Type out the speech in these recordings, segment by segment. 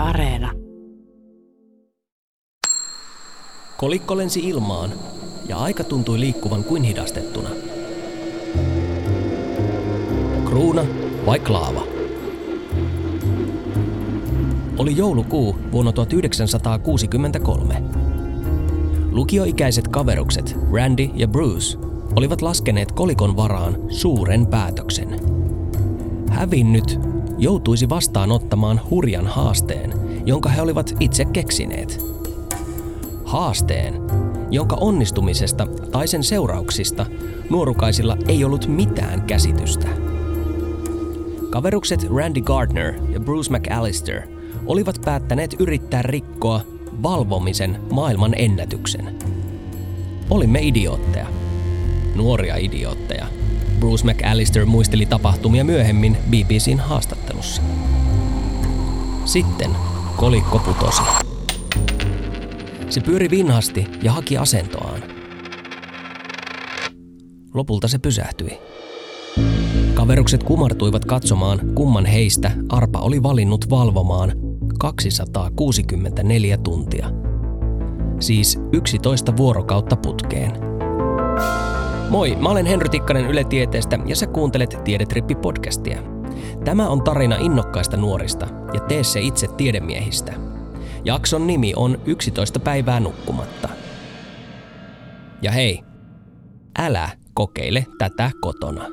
Areena. Kolikko lensi ilmaan ja aika tuntui liikkuvan kuin hidastettuna. Kruuna vai klaava? Oli joulukuu vuonna 1963. Lukioikäiset kaverukset Randy ja Bruce olivat laskeneet kolikon varaan suuren päätöksen. Hävinnyt joutuisi vastaanottamaan hurjan haasteen, jonka he olivat itse keksineet. Haasteen, jonka onnistumisesta tai sen seurauksista nuorukaisilla ei ollut mitään käsitystä. Kaverukset Randy Gardner ja Bruce McAllister olivat päättäneet yrittää rikkoa valvomisen maailman ennätyksen. Olimme idiootteja. Nuoria idiootteja. Bruce McAllister muisteli tapahtumia myöhemmin BBC:n haastattelussa. Sitten kolikko putosi. Se pyöri vinhasti ja haki asentoaan. Lopulta se pysähtyi. Kaverukset kumartuivat katsomaan, kumman heistä arpa oli valinnut valvomaan 264 tuntia. Siis 11 vuorokautta putkeen. Moi, mä olen Henry Tikkanen Yle Tieteestä ja sä kuuntelet Tiedetrippi-podcastia. Tämä on tarina innokkaista nuorista ja tee se itse tiedemiehistä. Jakson nimi on 11 päivää nukkumatta. Ja hei, älä kokeile tätä kotona.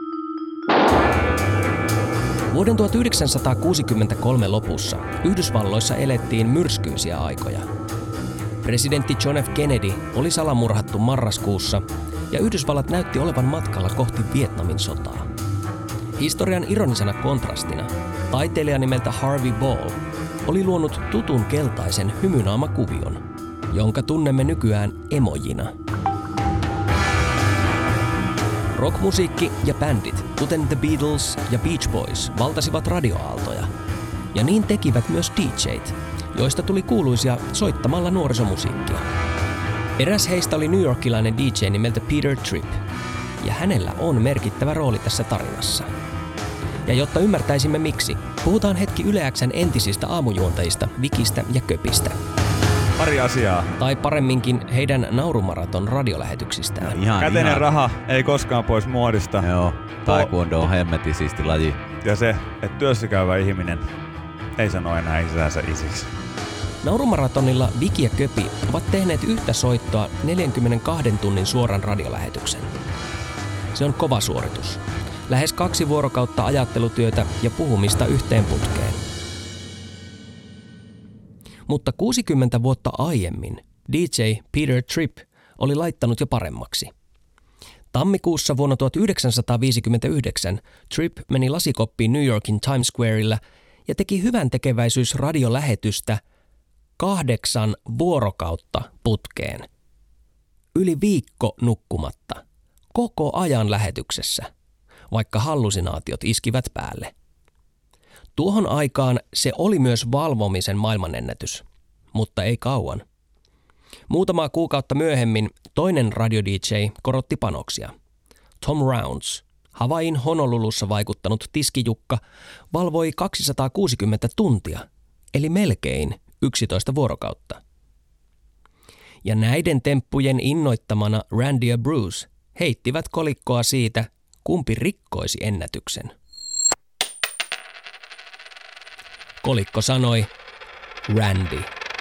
Vuoden 1963 lopussa Yhdysvalloissa elettiin myrskyisiä aikoja. Presidentti John F. Kennedy oli salamurhattu marraskuussa ja Yhdysvallat näytti olevan matkalla kohti Vietnamin sotaa. Historian ironisena kontrastina taiteilija nimeltä Harvey Ball oli luonut tutun keltaisen hymynaamakuvion, jonka tunnemme nykyään emojina. Rockmusiikki ja bändit, kuten The Beatles ja Beach Boys, valtasivat radioaaltoja. Ja niin tekivät myös DJt, joista tuli kuuluisia soittamalla nuorisomusiikkia. Eräs heistä oli newyorkilainen DJ nimeltä Peter Tripp, ja hänellä on merkittävä rooli tässä tarinassa. Ja jotta ymmärtäisimme miksi, puhutaan hetki Yle X:n entisistä aamujuontajista Vikistä ja Köpistä. Pari asiaa. Tai paremminkin heidän naurumaraton radiolähetyksistään. Käteinen raha ei koskaan pois muodista. Joo, taekwondo on hemmetin siisti laji. Ja se, että työssäkäyvä ihminen ei sano enää isänsä isiksi. Naurumaratonilla Viki ja Köpi ovat tehneet yhtä soittoa 42 tunnin suoran radiolähetyksen. Se on kova suoritus. Lähes 2 vuorokautta ajattelutyötä ja puhumista yhteen putkeen. Mutta 60 vuotta aiemmin DJ Peter Tripp oli laittanut jo paremmaksi. Tammikuussa vuonna 1959 Tripp meni lasikoppiin New Yorkin Times Squarella ja teki hyvän tekeväisyysradiolähetystä 8 vuorokautta putkeen. Yli viikko nukkumatta. Koko ajan lähetyksessä, vaikka hallusinaatiot iskivät päälle. Tuohon aikaan se oli myös valvomisen maailmanennätys, mutta ei kauan. Muutamaa kuukautta myöhemmin toinen radio-DJ korotti panoksia. Tom Rounds, Havain Honolulussa vaikuttanut tiskijukka, valvoi 260 tuntia, eli melkein 11 vuorokautta. Ja näiden temppujen innoittamana Randy ja Bruce heittivät kolikkoa siitä, kumpi rikkoisi ennätyksen. Kolikko sanoi Randy.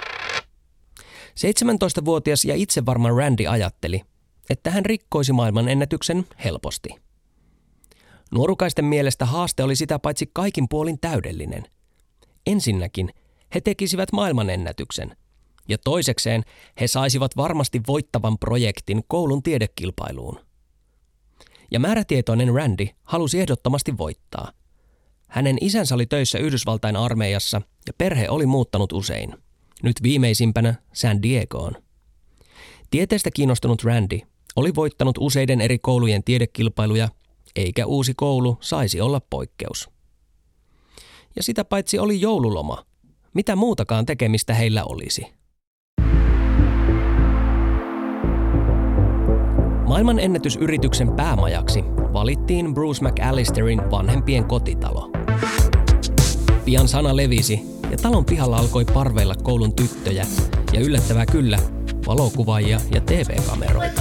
17-vuotias ja itsevarma Randy ajatteli, että hän rikkoisi maailmanennätyksen helposti. Nuorukaisten mielestä haaste oli sitä paitsi kaikin puolin täydellinen. Ensinnäkin he tekisivät maailmanennätyksen, ja toisekseen he saisivat varmasti voittavan projektin koulun tiedekilpailuun. Ja määrätietoinen Randy halusi ehdottomasti voittaa. Hänen isänsä oli töissä Yhdysvaltain armeijassa ja perhe oli muuttanut usein. Nyt viimeisimpänä San Diegoon. Tieteestä kiinnostunut Randy oli voittanut useiden eri koulujen tiedekilpailuja, eikä uusi koulu saisi olla poikkeus. Ja sitä paitsi oli joululoma. Mitä muutakaan tekemistä heillä olisi? Maailmanennätysyrityksen päämajaksi valittiin Bruce McAllisterin vanhempien kotitalo. Pian sana levisi ja talon pihalla alkoi parveilla koulun tyttöjä ja yllättävää kyllä valokuvaajia ja TV-kameroita.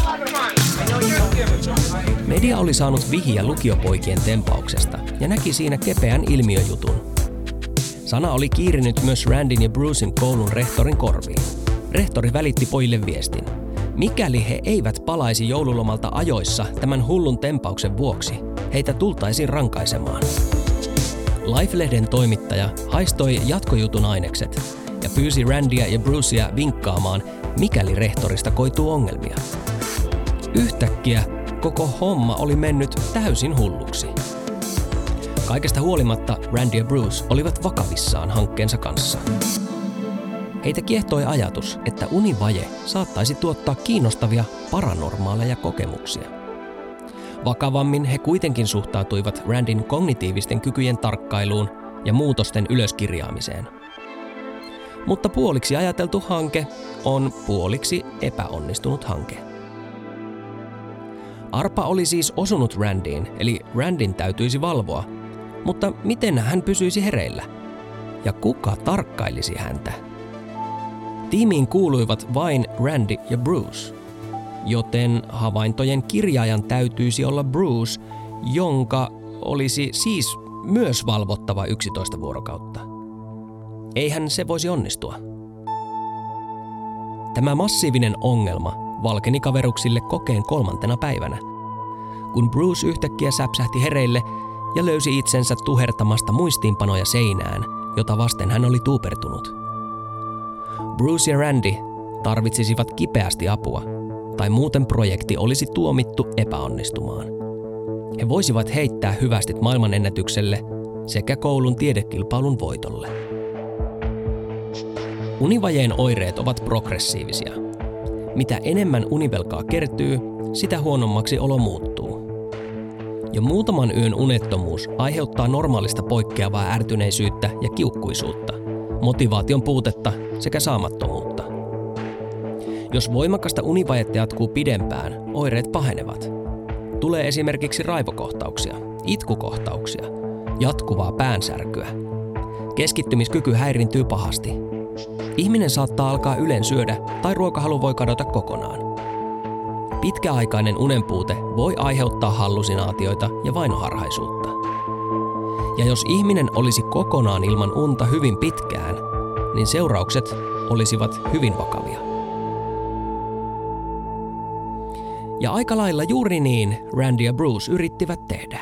Media oli saanut vihiä lukiopoikien tempauksesta ja näki siinä kepeän ilmiöjutun. Sana oli kiirinyt myös Randin ja Brucen koulun rehtorin korviin. Rehtori välitti pojille viestin. Mikäli he eivät palaisi joululomalta ajoissa tämän hullun tempauksen vuoksi, heitä tultaisiin rankaisemaan. Life-lehden toimittaja haistoi jatkojutun ainekset ja pyysi Randia ja Brucea vinkkaamaan, mikäli rehtorista koituu ongelmia. Yhtäkkiä koko homma oli mennyt täysin hulluksi. Kaikesta huolimatta Randy ja Bruce olivat vakavissaan hankkeensa kanssa. Heitä kiehtoi ajatus, että univaje saattaisi tuottaa kiinnostavia paranormaaleja kokemuksia. Vakavammin he kuitenkin suhtautuivat Randin kognitiivisten kykyjen tarkkailuun ja muutosten ylöskirjaamiseen. Mutta puoliksi ajateltu hanke on puoliksi epäonnistunut hanke. Arpa oli siis osunut Randiin, eli Randin täytyisi valvoa, mutta miten hän pysyisi hereillä? Ja kuka tarkkailisi häntä? Tiimiin kuuluivat vain Randy ja Bruce, joten havaintojen kirjaajan täytyisi olla Bruce, jonka olisi siis myös valvottava 11 vuorokautta. Eihän se voisi onnistua. Tämä massiivinen ongelma valkeni kaveruksille kokeen 3. päivänä, kun Bruce yhtäkkiä säpsähti hereille ja löysi itsensä tuhertamasta muistiinpanoja seinään, jota vasten hän oli tuupertunut. Bruce ja Randy tarvitsisivat kipeästi apua, tai muuten projekti olisi tuomittu epäonnistumaan. He voisivat heittää hyvästit maailmanennätykselle sekä koulun tiedekilpailun voitolle. Univajeen oireet ovat progressiivisia. Mitä enemmän univelkaa kertyy, sitä huonommaksi olo muuttuu. Jo muutaman yön unettomuus aiheuttaa normaalista poikkeavaa ärtyneisyyttä ja kiukkuisuutta, motivaation puutetta sekä saamattomuutta. Jos voimakasta univajetta jatkuu pidempään, oireet pahenevat. Tulee esimerkiksi raivokohtauksia, itkukohtauksia, jatkuvaa päänsärkyä. Keskittymiskyky häiriintyy pahasti. Ihminen saattaa alkaa ylensyödä tai ruokahalu voi kadota kokonaan. Pitkäaikainen unenpuute voi aiheuttaa hallusinaatioita ja vainoharhaisuutta. Ja jos ihminen olisi kokonaan ilman unta hyvin pitkään, niin seuraukset olisivat hyvin vakavia. Ja aika lailla juuri niin Randy ja Bruce yrittivät tehdä.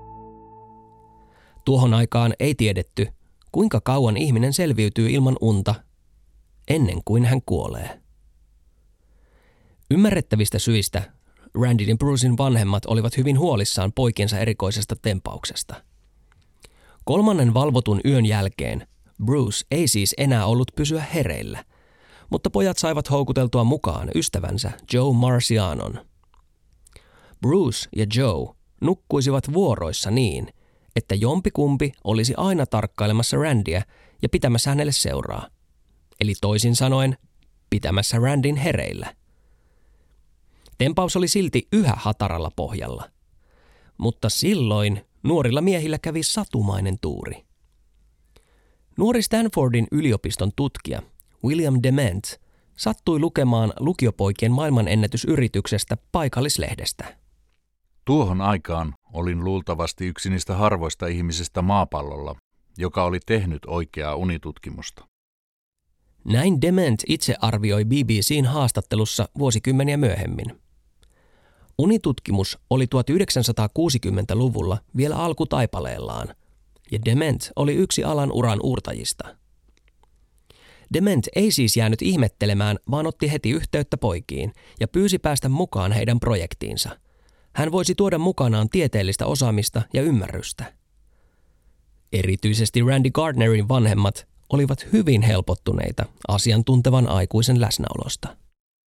Tuohon aikaan ei tiedetty, kuinka kauan ihminen selviytyy ilman unta ennen kuin hän kuolee. Ymmärrettävistä syistä Randyn ja Brucen vanhemmat olivat hyvin huolissaan poikiensa erikoisesta tempauksesta. 3. valvotun yön jälkeen Bruce ei siis enää ollut pysyä hereillä, mutta pojat saivat houkuteltua mukaan ystävänsä Joe Marcianon. Bruce ja Joe nukkuisivat vuoroissa niin, että jompikumpi olisi aina tarkkailemassa Randyä ja pitämässä hänelle seuraa. Eli toisin sanoen, pitämässä Randyn hereillä. Tempaus oli silti yhä hataralla pohjalla. Mutta silloin nuorilla miehillä kävi satumainen tuuri. Nuori Stanfordin yliopiston tutkija William Dement sattui lukemaan lukiopoikien maailmanennätysyrityksestä paikallislehdestä. Tuohon aikaan olin luultavasti yksi niistä harvoista ihmisistä maapallolla, joka oli tehnyt oikeaa unitutkimusta. Näin Dement itse arvioi BBC:n haastattelussa vuosikymmeniä myöhemmin. Unitutkimus oli 1960-luvulla vielä alkutaipaleellaan, ja Dement oli yksi alan uran uurtajista. Dement ei siis jäänyt ihmettelemään, vaan otti heti yhteyttä poikiin ja pyysi päästä mukaan heidän projektiinsa. Hän voisi tuoda mukanaan tieteellistä osaamista ja ymmärrystä. Erityisesti Randy Gardnerin vanhemmat olivat hyvin helpottuneita asiantuntevan aikuisen läsnäolosta.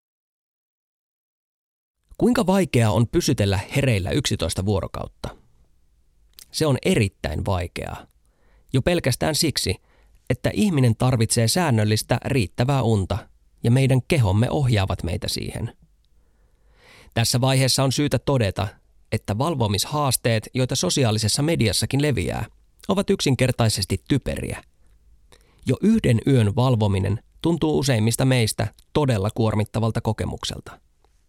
Kuinka vaikeaa on pysytellä hereillä 11 vuorokautta? Se on erittäin vaikeaa. Jo pelkästään siksi, että ihminen tarvitsee säännöllistä riittävää unta ja meidän kehomme ohjaavat meitä siihen. Tässä vaiheessa on syytä todeta, että valvomishaasteet, joita sosiaalisessa mediassakin leviää, ovat yksinkertaisesti typeriä. Jo yhden yön valvominen tuntuu useimmista meistä todella kuormittavalta kokemukselta.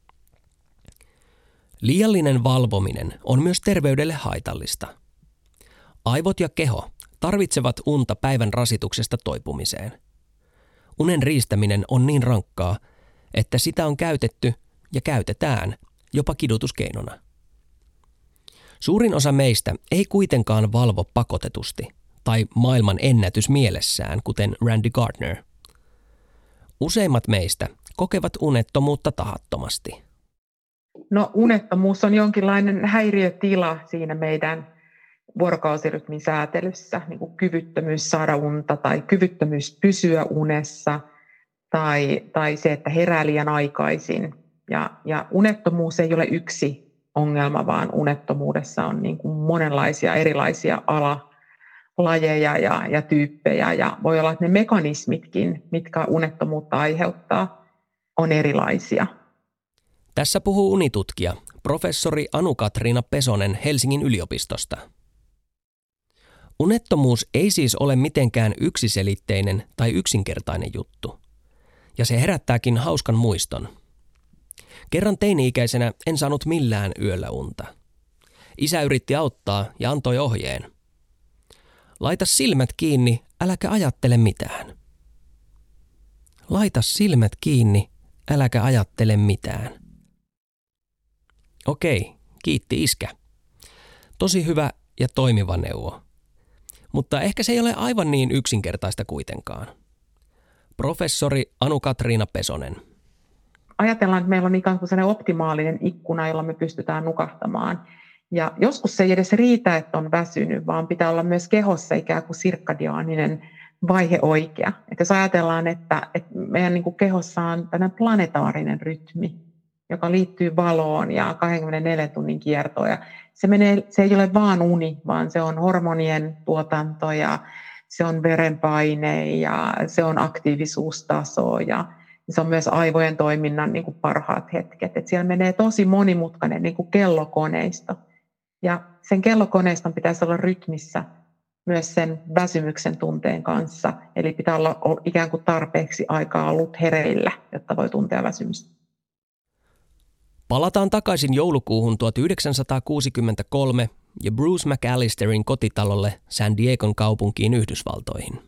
Liiallinen valvominen on myös terveydelle haitallista. Aivot ja keho tarvitsevat unta päivän rasituksesta toipumiseen. Unen riistäminen on niin rankkaa, että sitä on käytetty ja käytetään jopa kidutuskeinona. Suurin osa meistä ei kuitenkaan valvo pakotetusti tai maailman ennätys mielessään, kuten Randy Gardner. Useimmat meistä kokevat unettomuutta tahattomasti. No, unettomuus on jonkinlainen häiriötila siinä meidän vuorokausirytmin säätelyssä, niin kuin kyvyttömyys saada unta tai kyvyttömyys pysyä unessa tai se, että herää liian aikaisin. Ja unettomuus ei ole yksi ongelma, vaan unettomuudessa on niin kuin monenlaisia erilaisia alalajeja ja tyyppejä. Ja voi olla, että ne mekanismitkin, mitkä unettomuutta aiheuttaa, on erilaisia. Tässä puhuu unitutkija, professori Anu-Katriina Pesonen Helsingin yliopistosta. Unettomuus ei siis ole mitenkään yksiselitteinen tai yksinkertainen juttu. Ja se herättääkin hauskan muiston. Kerran teini-ikäisenä en saanut millään yöllä unta. Isä yritti auttaa ja antoi ohjeen. Laita silmät kiinni, äläkä ajattele mitään. Laita silmät kiinni, äläkä ajattele mitään. Okei, kiitti iskä. Tosi hyvä ja toimiva neuvo. Mutta ehkä se ei ole aivan niin yksinkertaista kuitenkaan. Professori Anu-Katriina Pesonen. Ajatellaan, että meillä on ikään kuin sellainen optimaalinen ikkuna, jolla me pystytään nukahtamaan. Ja joskus se ei edes riitä, että on väsynyt, vaan pitää olla myös kehossa ikään kuin sirkadiaaninen vaihe oikea. Että jos ajatellaan, että meidän niin kuin kehossa on tällainen planetaarinen rytmi, joka liittyy valoon ja 24 tunnin kiertoon. Ja se ei ole vaan uni, vaan se on hormonien tuotanto ja se on verenpaine ja se on aktiivisuustaso ja se on myös aivojen toiminnan niin kuin parhaat hetket. Et siellä menee tosi monimutkainen niin kuin kellokoneisto. Ja sen kellokoneiston pitäisi olla rytmissä myös sen väsymyksen tunteen kanssa. Eli pitää olla ikään kuin tarpeeksi aikaa ollut hereillä, jotta voi tuntea väsymystä. Palataan takaisin joulukuuhun 1963 ja Bruce McAllisterin kotitalolle San Diegon kaupunkiin Yhdysvaltoihin.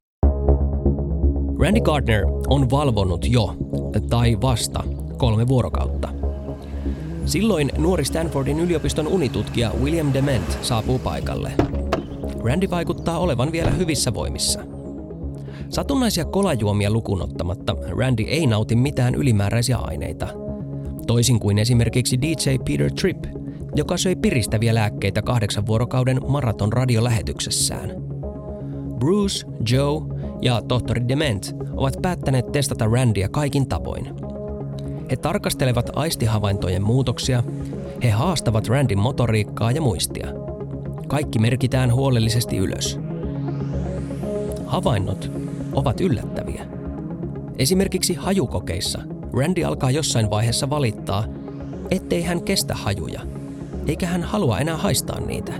Randy Gardner on valvonut jo, tai vasta, 3 vuorokautta. Silloin nuori Stanfordin yliopiston unitutkija William Dement saapuu paikalle. Randy vaikuttaa olevan vielä hyvissä voimissa. Satunnaisia kolajuomia lukuun ottamatta Randy ei nauti mitään ylimääräisiä aineita. Toisin kuin esimerkiksi DJ Peter Tripp, joka söi piristäviä lääkkeitä 8 vuorokauden maraton radiolähetyksessään. Bruce, Joe ja tohtori Dement ovat päättäneet testata Randyä kaikin tavoin. He tarkastelevat aistihavaintojen muutoksia, he haastavat Randyn motoriikkaa ja muistia. Kaikki merkitään huolellisesti ylös. Havainnot ovat yllättäviä. Esimerkiksi hajukokeissa Randy alkaa jossain vaiheessa valittaa, ettei hän kestä hajuja, eikä hän halua enää haistaa niitä.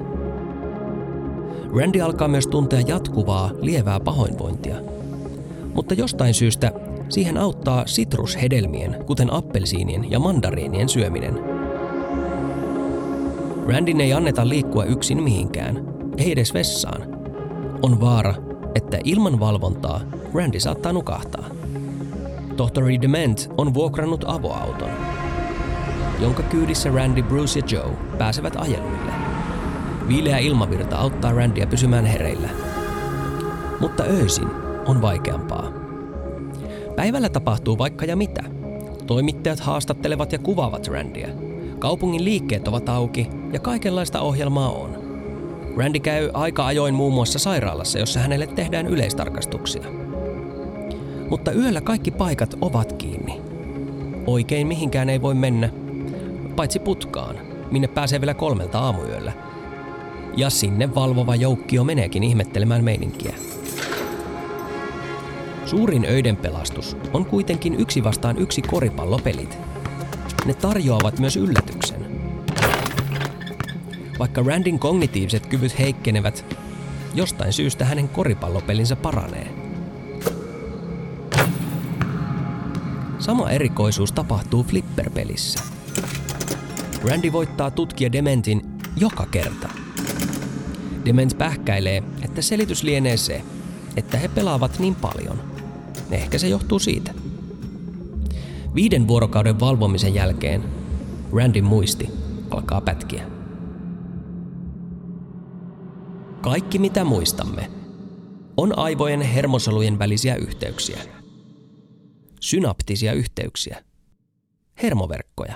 Randy alkaa myös tuntea jatkuvaa, lievää pahoinvointia. Mutta jostain syystä siihen auttaa sitrushedelmien, kuten appelsiinien ja mandariinien syöminen. Randyn ei anneta liikkua yksin mihinkään, ei edes vessaan. On vaara, että ilman valvontaa Randy saattaa nukahtaa. Tohtori Dement on vuokrannut avoauton, jonka kyydissä Randy, Bruce ja Joe pääsevät ajeluille. Viileä ilmavirta auttaa Randyä pysymään hereillä. Mutta öisin on vaikeampaa. Päivällä tapahtuu vaikka ja mitä. Toimittajat haastattelevat ja kuvaavat Randyä. Kaupungin liikkeet ovat auki ja kaikenlaista ohjelmaa on. Randy käy aika ajoin muun muassa sairaalassa, jossa hänelle tehdään yleistarkastuksia. Mutta yöllä kaikki paikat ovat kiinni. Oikein mihinkään ei voi mennä, paitsi putkaan, minne pääsee vielä 3 aamuyöllä. Ja sinne valvova joukkio meneekin ihmettelemään meininkiä. Suurin öiden pelastus on kuitenkin 1-vastaan-1 koripallopelit. Ne tarjoavat myös yllätyksen. Vaikka Randyn kognitiiviset kyvyt heikkenevät, jostain syystä hänen koripallopelinsä paranee. Sama erikoisuus tapahtuu Flipper-pelissä. Randy voittaa tutkija Dementin joka kerta. Dement pähkäilee, että selitys lienee se, että he pelaavat niin paljon. Ehkä se johtuu siitä. 5 vuorokauden valvomisen jälkeen Randyn muisti alkaa pätkiä. Kaikki mitä muistamme on aivojen hermosolujen välisiä yhteyksiä. Synaptisia yhteyksiä. Hermoverkkoja.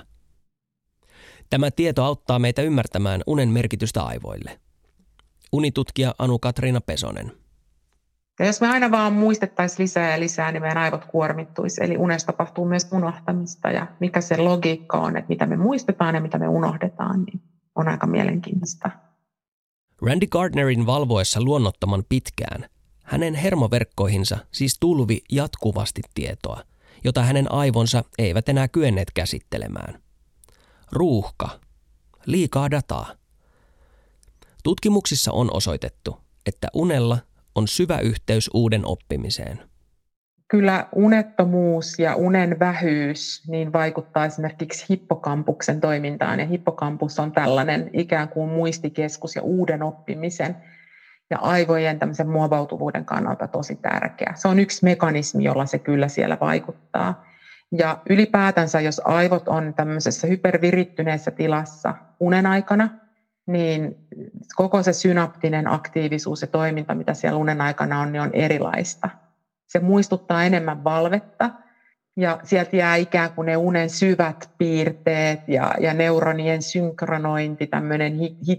Tämä tieto auttaa meitä ymmärtämään unen merkitystä aivoille. Unitutkija Anu-Katriina Pesonen. Ja jos me aina vaan muistettaisiin lisää ja lisää, niin meidän aivot kuormittuisi. Eli unessa tapahtuu myös unohtamista ja mikä se logiikka on, että mitä me muistetaan ja mitä me unohdetaan, niin on aika mielenkiintoista. Randy Gardnerin valvoessa luonnottoman pitkään hänen hermoverkkoihinsa siis tulvi jatkuvasti tietoa, jota hänen aivonsa eivät enää kyenneet käsittelemään. Ruuhka. Liikaa dataa. Tutkimuksissa on osoitettu, että unella on syvä yhteys uuden oppimiseen. Kyllä unettomuus ja unen vähyys niin vaikuttaa esimerkiksi hippokampuksen toimintaan. Ja hippokampus on tällainen ikään kuin muistikeskus ja uuden oppimisen ja aivojen tämmöisen muovautuvuuden kannalta tosi tärkeä. Se on yksi mekanismi, jolla se kyllä siellä vaikuttaa. Ja ylipäätänsä, jos aivot on tämmöisessä hypervirittyneessä tilassa unen aikana, niin koko se synaptinen aktiivisuus ja toiminta, mitä siellä unen aikana on, niin on erilaista. Se muistuttaa enemmän valvetta ja sieltä jää ikään kuin ne unen syvät piirteet ja neuronien synkronointi, tämmöinen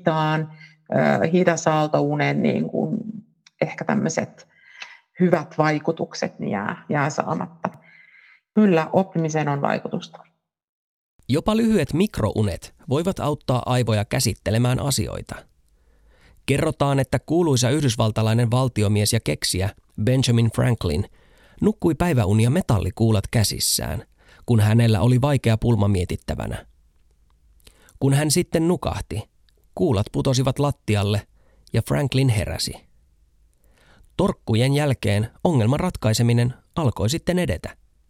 hidas aaltounen niin kuin ehkä tämmöiset hyvät vaikutukset niin jää saamatta. Kyllä oppimiseen on vaikutusta. Jopa lyhyet mikrounet voivat auttaa aivoja käsittelemään asioita. Kerrotaan, että kuuluisa yhdysvaltalainen valtiomies ja keksijä Benjamin Franklin nukkui päiväunia metallikuulat käsissään, kun hänellä oli vaikea pulma mietittävänä. Kun hän sitten nukahti, kuulat putosivat lattialle ja Franklin heräsi. Torkkujen jälkeen ongelman ratkaiseminen alkoi sitten edetä.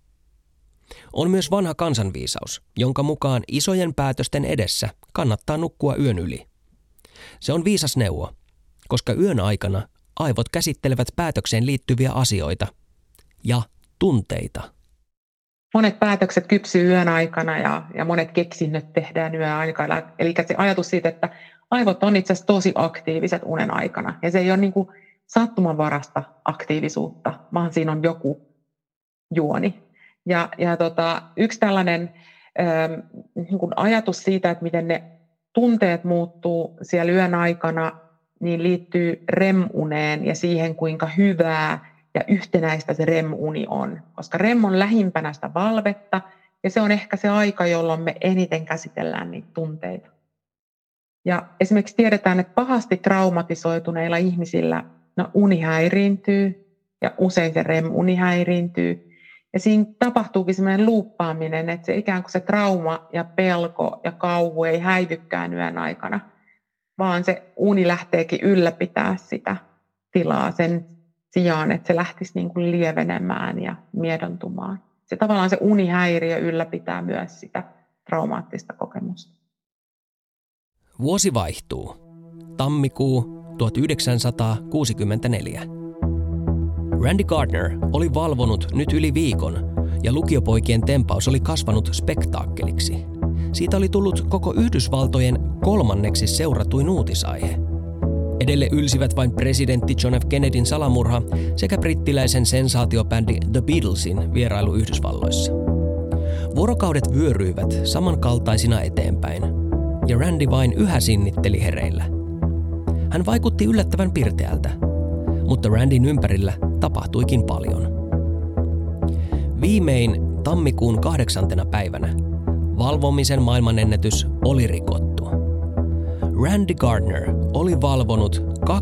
On myös vanha kansanviisaus, jonka mukaan isojen päätösten edessä kannattaa nukkua yön yli. Se on viisas neuvo, koska yön aikana aivot käsittelevät päätökseen liittyviä asioita ja tunteita. Monet päätökset kypsyy yön aikana ja monet keksinnöt tehdään yön aikana. Eli se ajatus siitä, että aivot on itse asiassa tosi aktiiviset unen aikana. Ja se ei ole niin kuin sattumanvarasta aktiivisuutta, vaan siinä on joku juoni. Ja yksi tällainen niin kuin ajatus siitä, että miten ne tunteet muuttuu siellä yön aikana, niin liittyy REM-uneen ja siihen, kuinka hyvää ja yhtenäistä se REM-uni on. Koska REM on lähimpänä sitä valvetta ja se on ehkä se aika, jolloin me eniten käsitellään niitä tunteita. Ja esimerkiksi tiedetään, että pahasti traumatisoituneilla ihmisillä uni häiriintyy ja usein se REM-uni häiriintyy. Ja siinä tapahtuukin sellainen luuppaaminen, että se ikään kuin se trauma ja pelko ja kauhu ei häivykään yön aikana, vaan se uni lähteekin ylläpitää sitä tilaa sen sijaan, että se lähtisi niin kuin lievenemään ja miedontumaan. Se tavallaan se unihäiriö ylläpitää myös sitä traumaattista kokemusta. Vuosi vaihtuu. Tammikuu 1964. Randy Gardner oli valvonut nyt yli viikon ja lukiopoikien tempaus oli kasvanut spektaakkeliksi. Siitä oli tullut koko Yhdysvaltojen 3. seuratuin uutisaihe. Edelle ylsivät vain presidentti John F. Kennedyn salamurha sekä brittiläisen sensaatiobändi The Beatlesin vierailu Yhdysvalloissa. Vuorokaudet vyöryivät samankaltaisina eteenpäin ja Randy vain yhä sinnitteli hereillä. Hän vaikutti yllättävän pirteältä, mutta Randyn ympärillä tapahtuikin paljon. Viimein tammikuun 8. päivänä valvomisen maailmanennätys oli rikottu. Randy Gardner oli valvonut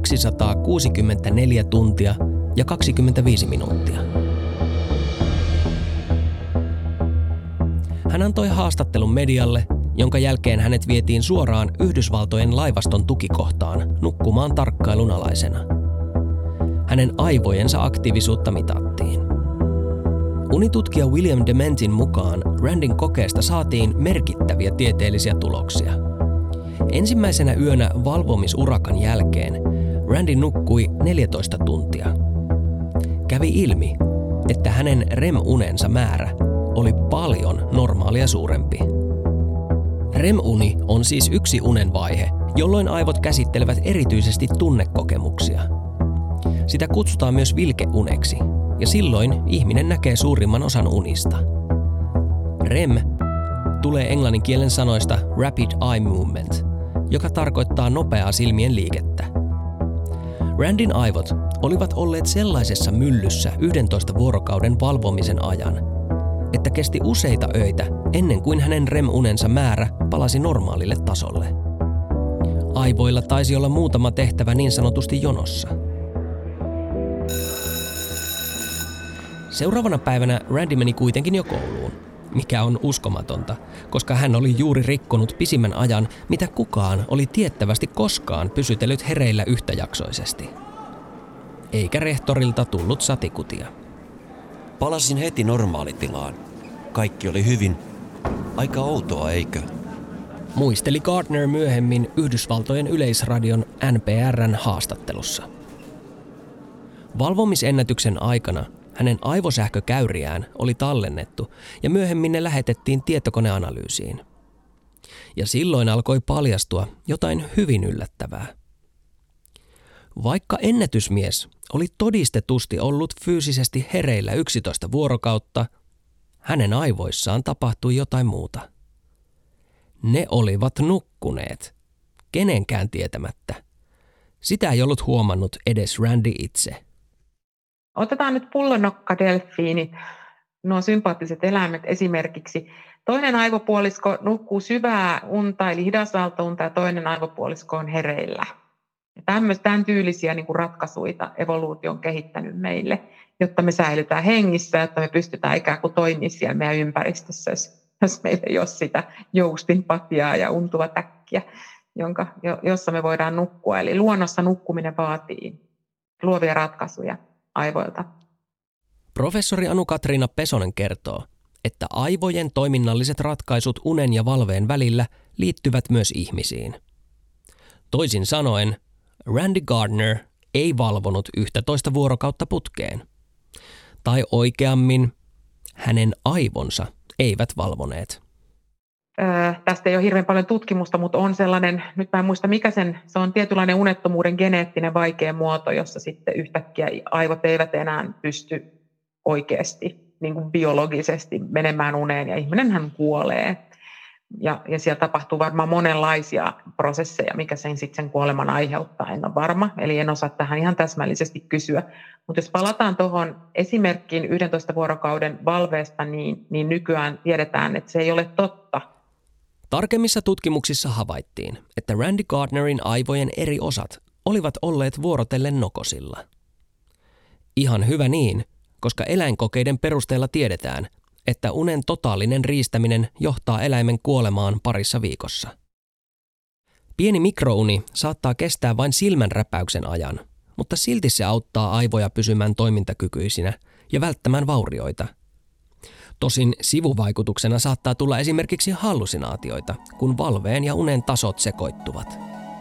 264 tuntia ja 25 minuuttia. Hän antoi haastattelun medialle, jonka jälkeen hänet vietiin suoraan Yhdysvaltojen laivaston tukikohtaan nukkumaan tarkkailun alaisena. Hänen aivojensa aktiivisuutta mitattiin. Unitutkija William Dementin mukaan Randin kokeesta saatiin merkittäviä tieteellisiä tuloksia. Ensimmäisenä yönä valvomisurakan jälkeen Randy nukkui 14 tuntia. Kävi ilmi, että hänen REM-unensa määrä oli paljon normaalia suurempi. REM-uni on siis yksi unen vaihe, jolloin aivot käsittelevät erityisesti tunnekokemuksia. Sitä kutsutaan myös vilkeuneksi, ja silloin ihminen näkee suurimman osan unista. REM tulee englannin kielen sanoista Rapid Eye Movement, joka tarkoittaa nopeaa silmien liikettä. Randin aivot olivat olleet sellaisessa myllyssä 11 vuorokauden valvomisen ajan, että kesti useita öitä ennen kuin hänen REM-unensa määrä palasi normaalille tasolle. Aivoilla taisi olla muutama tehtävä niin sanotusti jonossa. Seuraavana päivänä Randy meni kuitenkin jo kouluun, mikä on uskomatonta, koska hän oli juuri rikkonut pisimmän ajan, mitä kukaan oli tiettävästi koskaan pysytellyt hereillä yhtäjaksoisesti. Eikä rehtorilta tullut satikutia. Palasin heti normaalitilaan. Kaikki oli hyvin. Aika outoa, eikö? Muisteli Gardner myöhemmin Yhdysvaltojen yleisradion NPR:n haastattelussa. Valvomisennätyksen aikana hänen aivosähkökäyriään oli tallennettu ja myöhemmin ne lähetettiin tietokoneanalyysiin. Ja silloin alkoi paljastua jotain hyvin yllättävää. Vaikka ennätysmies oli todistetusti ollut fyysisesti hereillä 11 vuorokautta, hänen aivoissaan tapahtui jotain muuta. Ne olivat nukkuneet, kenenkään tietämättä. Sitä ei ollut huomannut edes Randy itse. Otetaan nyt pullonokkadelfiinit, nuo sympaattiset eläimet esimerkiksi. Toinen aivopuolisko nukkuu syvää unta eli hidasaaltounta ja toinen aivopuolisko on hereillä. Tämän tyylisiä ratkaisuja evoluutio on kehittänyt meille, jotta me säilytään hengissä, jotta me pystytään ikään kuin toimimaan siellä meidän ympäristössä, jos meillä ei ole sitä joustinpatiaa ja untuva täkkiä, jossa me voidaan nukkua. Eli luonnossa nukkuminen vaatii luovia ratkaisuja aivoilta. Professori Anu-Katriina Pesonen kertoo, että aivojen toiminnalliset ratkaisut unen ja valveen välillä liittyvät myös ihmisiin. Toisin sanoen, Randy Gardner ei valvonut 11 vuorokautta putkeen. Tai oikeammin, hänen aivonsa eivät valvoneet. Tästä ei ole hirveän paljon tutkimusta, mutta on sellainen, nyt mä en muista mikä se on tietynlainen unettomuuden geneettinen vaikea muoto, jossa sitten yhtäkkiä aivot eivät enää pysty oikeasti niin kuin biologisesti menemään uneen ja ihminenhän kuolee. Ja siellä tapahtuu varmaan monenlaisia prosesseja, mikä sen kuoleman aiheuttaa, en ole varma. Eli en osaa tähän ihan täsmällisesti kysyä. Mutta jos palataan tuohon esimerkkiin 11 vuorokauden valveesta, niin nykyään tiedetään, että se ei ole totta. Tarkemmissa tutkimuksissa havaittiin, että Randy Gardnerin aivojen eri osat olivat olleet vuorotellen nokosilla. Ihan hyvä niin, koska eläinkokeiden perusteella tiedetään, että unen totaalinen riistäminen johtaa eläimen kuolemaan parissa viikossa. Pieni mikrouni saattaa kestää vain silmänräpäyksen ajan, mutta silti se auttaa aivoja pysymään toimintakykyisinä ja välttämään vaurioita. Tosin sivuvaikutuksena saattaa tulla esimerkiksi hallusinaatioita, kun valveen ja unen tasot sekoittuvat.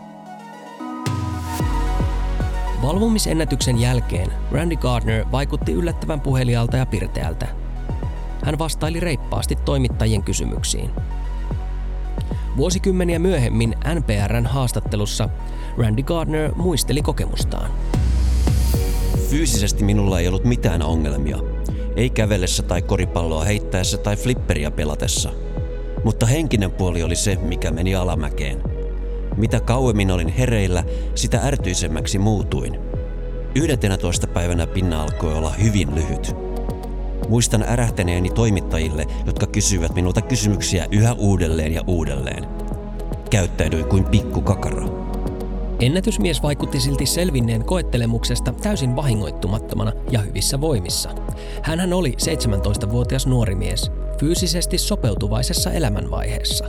Valvomisennätyksen jälkeen Randy Gardner vaikutti yllättävän puheliaalta ja pirteältä. Hän vastaili reippaasti toimittajien kysymyksiin. Vuosikymmeniä myöhemmin NPR:n haastattelussa Randy Gardner muisteli kokemustaan. Fyysisesti minulla ei ollut mitään ongelmia. Ei kävellessä tai koripalloa heittäessä tai flipperiä pelatessa. Mutta henkinen puoli oli se, mikä meni alamäkeen. Mitä kauemmin olin hereillä, sitä ärtyisemmäksi muutuin. 11 päivänä pinna alkoi olla hyvin lyhyt. Muistan ärähtäneeni toimittajille, jotka kysyivät minulta kysymyksiä yhä uudelleen ja uudelleen. Käyttäydyin kuin pikkukakara. Ennätysmies vaikutti silti selvinneen koettelemuksesta täysin vahingoittumattomana ja hyvissä voimissa. Hänhän oli 17-vuotias nuori mies, fyysisesti sopeutuvaisessa elämänvaiheessa.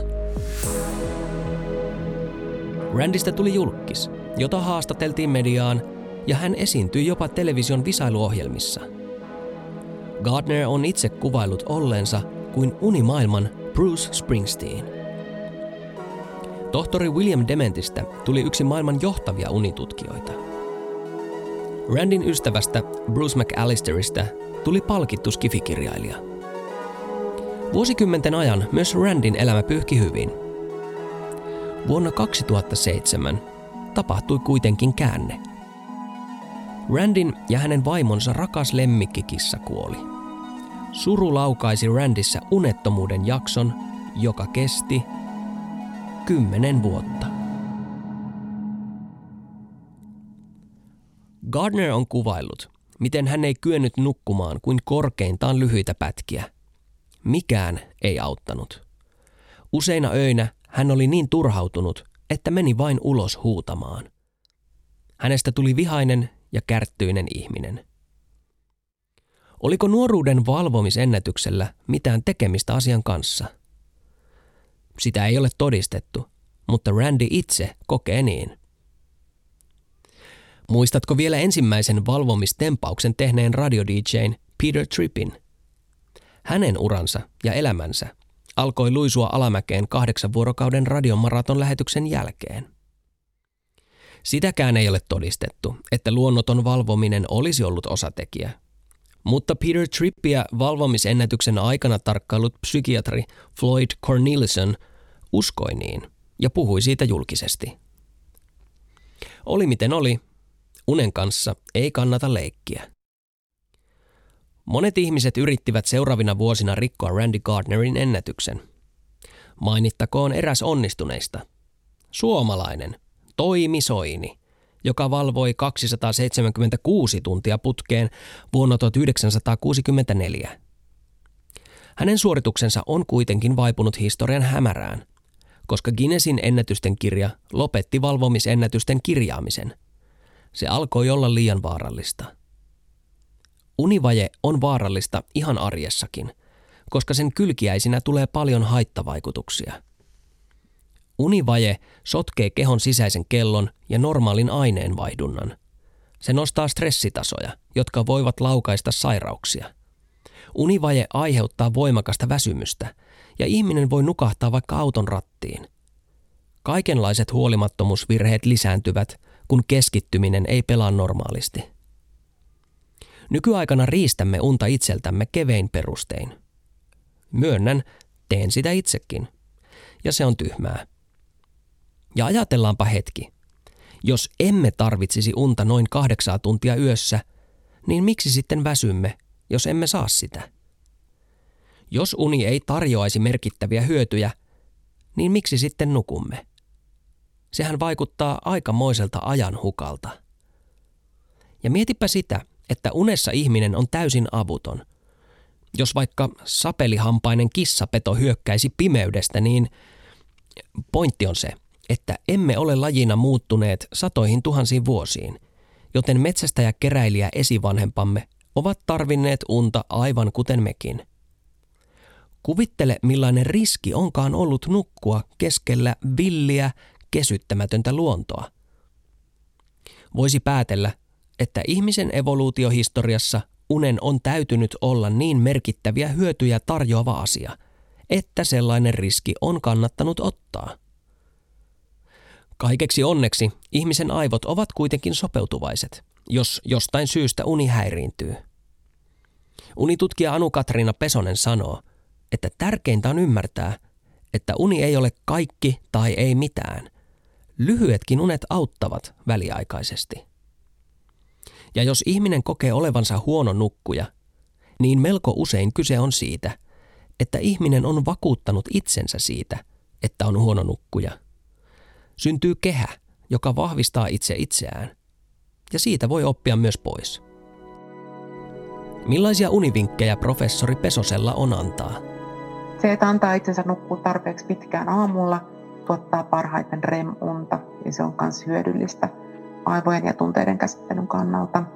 Randystä tuli julkkis, jota haastateltiin mediaan, ja hän esiintyi jopa television visailuohjelmissa. Gardner on itse kuvaillut olleensa kuin unimaailman Bruce Springsteen. Tohtori William Dementistä tuli yksi maailman johtavia unitutkijoita. Randin ystävästä Bruce McAllisterista tuli palkittu skifikirjailija. Vuosikymmenten ajan myös Randin elämä pyyhki hyvin. Vuonna 2007 tapahtui kuitenkin käänne. Randin ja hänen vaimonsa rakas lemmikkikissa kuoli. Suru laukaisi Randissä unettomuuden jakson, joka kesti 10 vuotta. Gardner on kuvaillut, miten hän ei kyennyt nukkumaan kuin korkeintaan lyhyitä pätkiä. Mikään ei auttanut. Useina öinä hän oli niin turhautunut, että meni vain ulos huutamaan. Hänestä tuli vihainen ja kärttyinen ihminen. Oliko nuoruuden valvomisennätyksellä mitään tekemistä asian kanssa? Sitä ei ole todistettu, mutta Randy itse kokee niin. Muistatko vielä ensimmäisen valvomistempauksen tehneen radio-DJ:n Peter Trippin? Hänen uransa ja elämänsä alkoi luisua alamäkeen 8 vuorokauden radiomaraton lähetyksen jälkeen. Sitäkään ei ole todistettu, että luonnoton valvominen olisi ollut osatekijä. Mutta Peter Trippia valvomisennätyksen aikana tarkkaillut psykiatri Floyd Cornelison uskoi niin ja puhui siitä julkisesti. Oli miten oli, unen kanssa ei kannata leikkiä. Monet ihmiset yrittivät seuraavina vuosina rikkoa Randy Gardnerin ennätyksen. Mainittakoon eräs onnistuneista. Suomalainen Toimi Soini, joka valvoi 276 tuntia putkeen vuonna 1964. Hänen suorituksensa on kuitenkin vaipunut historian hämärään, koska Guinnessin ennätysten kirja lopetti valvomisennätysten kirjaamisen. Se alkoi olla liian vaarallista. Univaje on vaarallista ihan arjessakin, koska sen kylkiäisinä tulee paljon haittavaikutuksia. Univaje sotkee kehon sisäisen kellon ja normaalin aineenvaihdunnan. Se nostaa stressitasoja, jotka voivat laukaista sairauksia. Univaje aiheuttaa voimakasta väsymystä ja ihminen voi nukahtaa vaikka auton rattiin. Kaikenlaiset huolimattomuusvirheet lisääntyvät, kun keskittyminen ei pelaa normaalisti. Nykyaikana riistämme unta itseltämme kevein perustein. Myönnän, teen sitä itsekin. Ja se on tyhmää. Ja ajatellaanpa hetki. Jos emme tarvitsisi unta noin 8 tuntia yössä, niin miksi sitten väsymme, jos emme saa sitä? Jos uni ei tarjoaisi merkittäviä hyötyjä, niin miksi sitten nukumme? Sehän vaikuttaa aikamoiselta ajanhukalta. Ja mietipä sitä, että unessa ihminen on täysin avuton. Jos vaikka sapelihampainen kissapeto hyökkäisi pimeydestä, niin pointti on se, että emme ole lajina muuttuneet satoihin tuhansiin vuosiin, joten metsästäjäkeräilijä esivanhempamme ovat tarvinneet unta aivan kuten mekin. Kuvittele, millainen riski onkaan ollut nukkua keskellä villiä, kesyttämätöntä luontoa. Voisi päätellä, että ihmisen evoluutiohistoriassa unen on täytynyt olla niin merkittäviä hyötyjä tarjoava asia, että sellainen riski on kannattanut ottaa. Kaikeksi onneksi ihmisen aivot ovat kuitenkin sopeutuvaiset, jos jostain syystä uni häiriintyy. Unitutkija Anu-Katriina Pesonen sanoo, että tärkeintä on ymmärtää, että uni ei ole kaikki tai ei mitään. Lyhyetkin unet auttavat väliaikaisesti. Ja jos ihminen kokee olevansa huono nukkuja, niin melko usein kyse on siitä, että ihminen on vakuuttanut itsensä siitä, että on huono nukkuja. Syntyy kehä, joka vahvistaa itse itseään, ja siitä voi oppia myös pois. Millaisia univinkkejä professori Pesosella on antaa? Se, että antaa itsensä nukkua tarpeeksi pitkään aamulla, tuottaa parhaiten REM-unta, ja se on myös hyödyllistä aivojen ja tunteiden käsittelyn kannalta.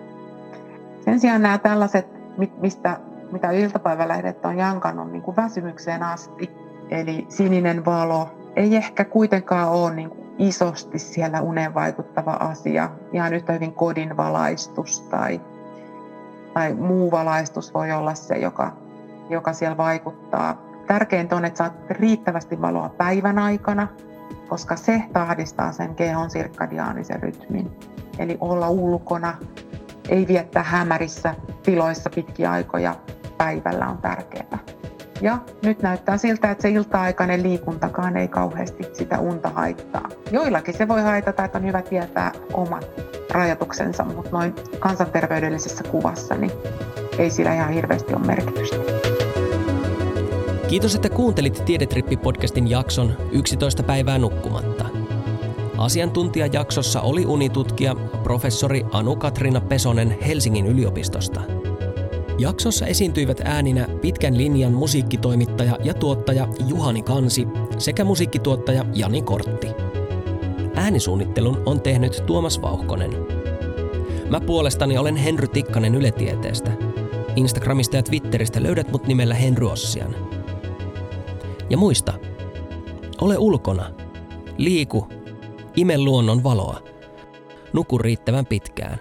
Sen sijaan nämä tällaiset, mitä iltapäivälehdet on jankannut niin kuin väsymykseen asti, eli sininen valo, ei ehkä kuitenkaan ole niin kuin isosti siellä uneen vaikuttava asia. Ihan yhtä hyvin kodin valaistus tai tai muu valaistus voi olla se, joka siellä vaikuttaa. Tärkeintä on, että saat riittävästi valoa päivän aikana, koska se tahdistaa sen kehon sirkkadiaanisen rytmin. Eli olla ulkona, ei viettää hämärissä tiloissa pitkiä aikoja päivällä on tärkeää. Ja nyt näyttää siltä, että se ilta-aikainen liikuntakaan ei kauheasti sitä unta haittaa. Joillakin se voi haitata, että on hyvä tietää omat rajoituksensa, mutta noin kansanterveydellisessä kuvassa niin ei sillä ihan hirveästi ole merkitystä. Kiitos, että kuuntelit Tiedetrippi-podcastin jakson 11 päivää nukkumatta. Asiantuntijajaksossa oli unitutkija professori Anu-Katriina Pesonen Helsingin yliopistosta. Jaksossa esiintyivät ääninä pitkän linjan musiikkitoimittaja ja tuottaja Juhani Kansi sekä musiikkituottaja Jani Kortti. Äänisuunnittelun on tehnyt Tuomas Vauhkonen. Mä puolestani olen Henry Tikkanen Yle Tieteestä. Instagramista ja Twitteristä löydät mut nimellä Henry Ossian. Ja muista, ole ulkona, liiku, ime luonnon valoa, nuku riittävän pitkään.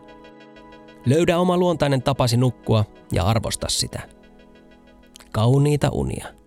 Löydä oma luontainen tapasi nukkua ja arvosta sitä. Kauniita unia.